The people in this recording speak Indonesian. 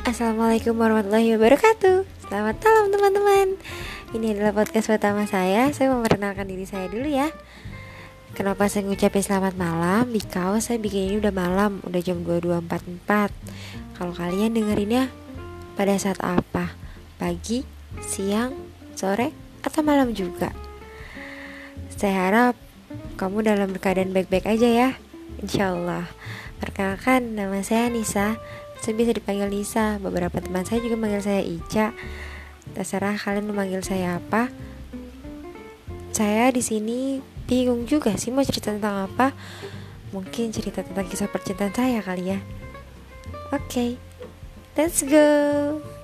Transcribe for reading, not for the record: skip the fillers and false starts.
Assalamualaikum warahmatullahi wabarakatuh. Selamat malam teman-teman. Ini adalah podcast pertama saya. Saya memperkenalkan diri saya dulu ya. Kenapa saya ngucapin selamat malam? Because saya bikin ini udah malam, udah jam 22.44. Kalau kalian dengerinnya pada saat apa? Pagi, siang, sore, atau malam juga? Saya harap kamu dalam keadaan baik-baik aja ya, insyaallah. Perkenalkan, nama saya Nisa. Saya bisa dipanggil Nisa. Beberapa teman saya juga manggil saya Ica. Terserah kalian mau manggil saya apa. Saya di sini bingung juga sih mau cerita tentang apa. Mungkin cerita tentang kisah percintaan saya kali ya. Oke, let's go.